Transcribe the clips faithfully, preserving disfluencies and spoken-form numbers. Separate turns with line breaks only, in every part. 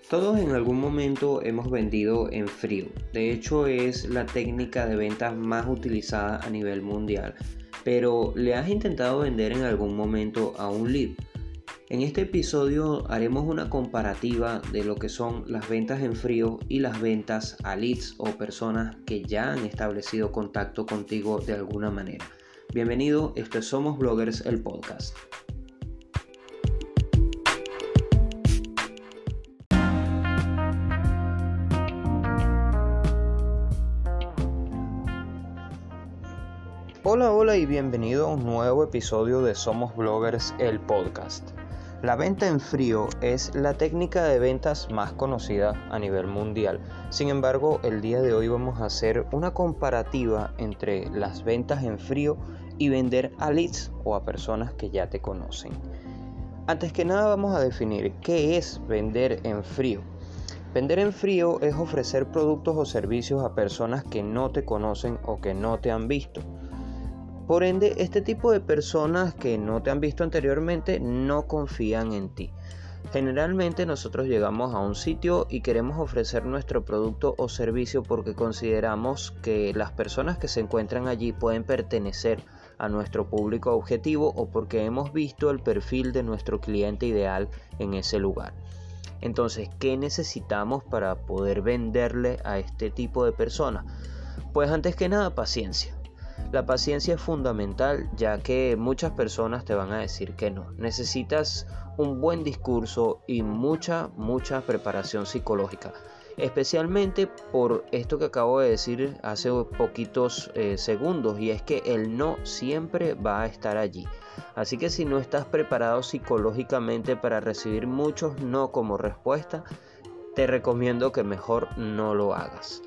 Todos en algún momento hemos vendido en frío. De hecho, es la técnica de ventas más utilizada a nivel mundial. Pero ¿le has intentado vender en algún momento a un lead? En este episodio haremos una comparativa de lo que son las ventas en frío y las ventas a leads o personas que ya han establecido contacto contigo de alguna manera. Bienvenido, esto es Somos Bloggers, el podcast. Hola, hola y bienvenido a un nuevo episodio de Somos Bloggers, el podcast. La venta en frío es la técnica de ventas más conocida a nivel mundial. Sin embargo, el día de hoy vamos a hacer una comparativa entre las ventas en frío y vender a leads o a personas que ya te conocen. Antes que nada vamos a definir qué es vender en frío. Vender en frío es ofrecer productos o servicios a personas que no te conocen o que no te han visto. Por ende, este tipo de personas que no te han visto anteriormente no confían en ti. Generalmente nosotros llegamos a un sitio y queremos ofrecer nuestro producto o servicio porque consideramos que las personas que se encuentran allí pueden pertenecer a nuestro público objetivo o porque hemos visto el perfil de nuestro cliente ideal en ese lugar. Entonces, ¿qué necesitamos para poder venderle a este tipo de personas? Pues antes que nada, paciencia. La paciencia es fundamental, ya que muchas personas te van a decir que no. Necesitas un buen discurso y mucha, mucha preparación psicológica. Especialmente por esto que acabo de decir hace poquitos eh, segundos, y es que el no siempre va a estar allí. Así que si no estás preparado psicológicamente para recibir muchos no como respuesta, te recomiendo que mejor no lo hagas.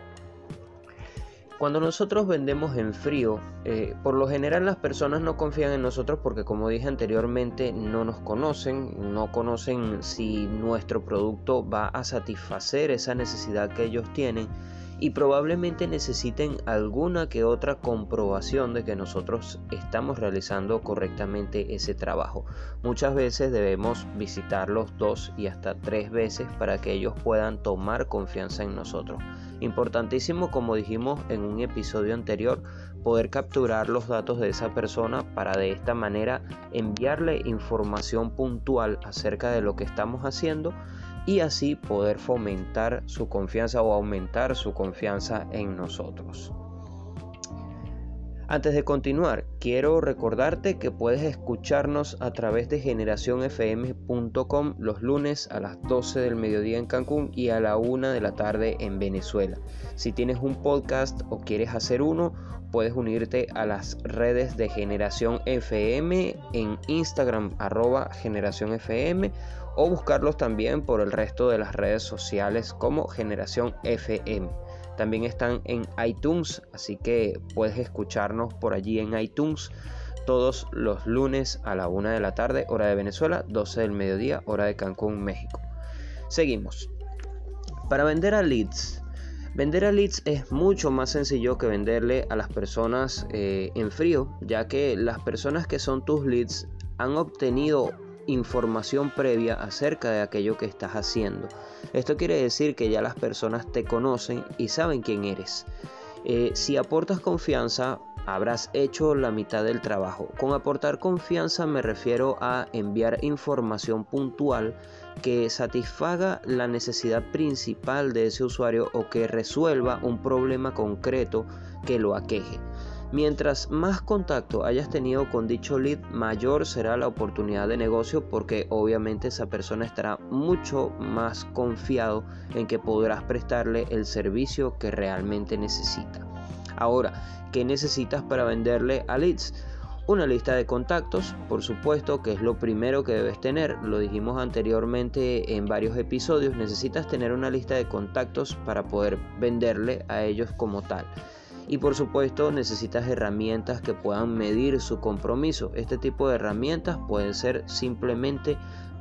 Cuando nosotros vendemos en frío, eh, por lo general las personas no confían en nosotros porque, como dije anteriormente, no nos conocen, no conocen si nuestro producto va a satisfacer esa necesidad que ellos tienen y probablemente necesiten alguna que otra comprobación de que nosotros estamos realizando correctamente ese trabajo. Muchas veces debemos visitarlos dos y hasta tres veces para que ellos puedan tomar confianza en nosotros. Importantísimo, como dijimos en un episodio anterior, poder capturar los datos de esa persona para de esta manera enviarle información puntual acerca de lo que estamos haciendo y así poder fomentar su confianza o aumentar su confianza en nosotros. Antes de continuar, quiero recordarte que puedes escucharnos a través de generación f m punto com los lunes a las doce del mediodía en Cancún y a la una de la tarde en Venezuela. Si tienes un podcast o quieres hacer uno, puedes unirte a las redes de Generación F M en Instagram, arroba Generación F M, o buscarlos también por el resto de las redes sociales como Generación F M. También están en iTunes, así que puedes escucharnos por allí en iTunes todos los lunes a la una de la tarde, hora de Venezuela, doce del mediodía, hora de Cancún, México. Seguimos. Para vender a leads. Vender a leads es mucho más sencillo que venderle a las personas eh, en frío, ya que las personas que son tus leads han obtenido información previa acerca de aquello que estás haciendo. Esto quiere decir que ya las personas te conocen y saben quién eres. Eh, si aportas confianza, habrás hecho la mitad del trabajo. Con aportar confianza me refiero a enviar información puntual que satisfaga la necesidad principal de ese usuario o que resuelva un problema concreto que lo aqueje. Mientras más contacto hayas tenido con dicho lead, mayor será la oportunidad de negocio porque obviamente esa persona estará mucho más confiado en que podrás prestarle el servicio que realmente necesita. Ahora, ¿qué necesitas para venderle a leads? Una lista de contactos, por supuesto, que es lo primero que debes tener. Lo dijimos anteriormente en varios episodios. Necesitas tener una lista de contactos para poder venderle a ellos como tal. Y por supuesto necesitas herramientas que puedan medir su compromiso. Este tipo de herramientas pueden ser simplemente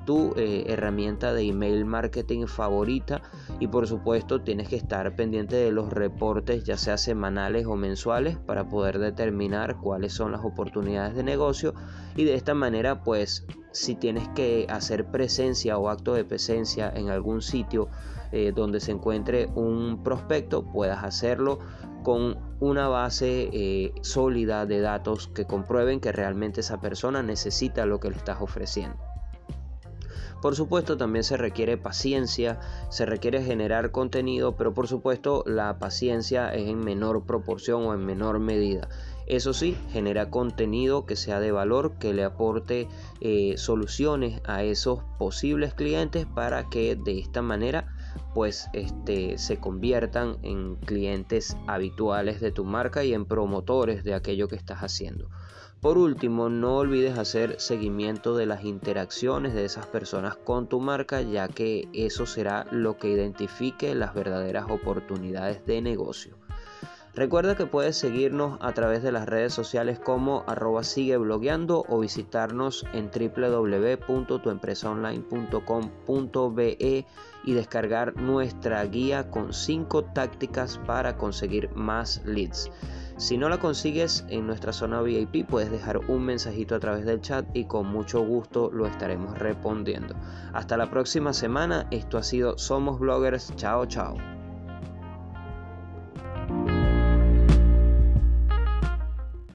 tu eh, herramienta de email marketing favorita, y por supuesto tienes que estar pendiente de los reportes, ya sea semanales o mensuales, para poder determinar cuáles son las oportunidades de negocio, y de esta manera pues si tienes que hacer presencia o acto de presencia en algún sitio eh, donde se encuentre un prospecto, puedas hacerlo con una base eh, sólida de datos que comprueben que realmente esa persona necesita lo que le estás ofreciendo. Por supuesto también se requiere paciencia, se requiere generar contenido, pero por supuesto la paciencia es en menor proporción o en menor medida. Eso sí, genera contenido que sea de valor, que le aporte eh, soluciones a esos posibles clientes, para que de esta manera pues este, se conviertan en clientes habituales de tu marca y en promotores de aquello que estás haciendo. Por último, no olvides hacer seguimiento de las interacciones de esas personas con tu marca, ya que eso será lo que identifique las verdaderas oportunidades de negocio. Recuerda que puedes seguirnos a través de las redes sociales como arroba sigue blogueando, o visitarnos en w w w punto tu empresa online punto com punto b e y descargar nuestra guía con cinco tácticas para conseguir más leads. Si no la consigues en nuestra zona V I P, puedes dejar un mensajito a través del chat y con mucho gusto lo estaremos respondiendo. Hasta la próxima semana. Esto ha sido Somos Bloggers. Chao, chao.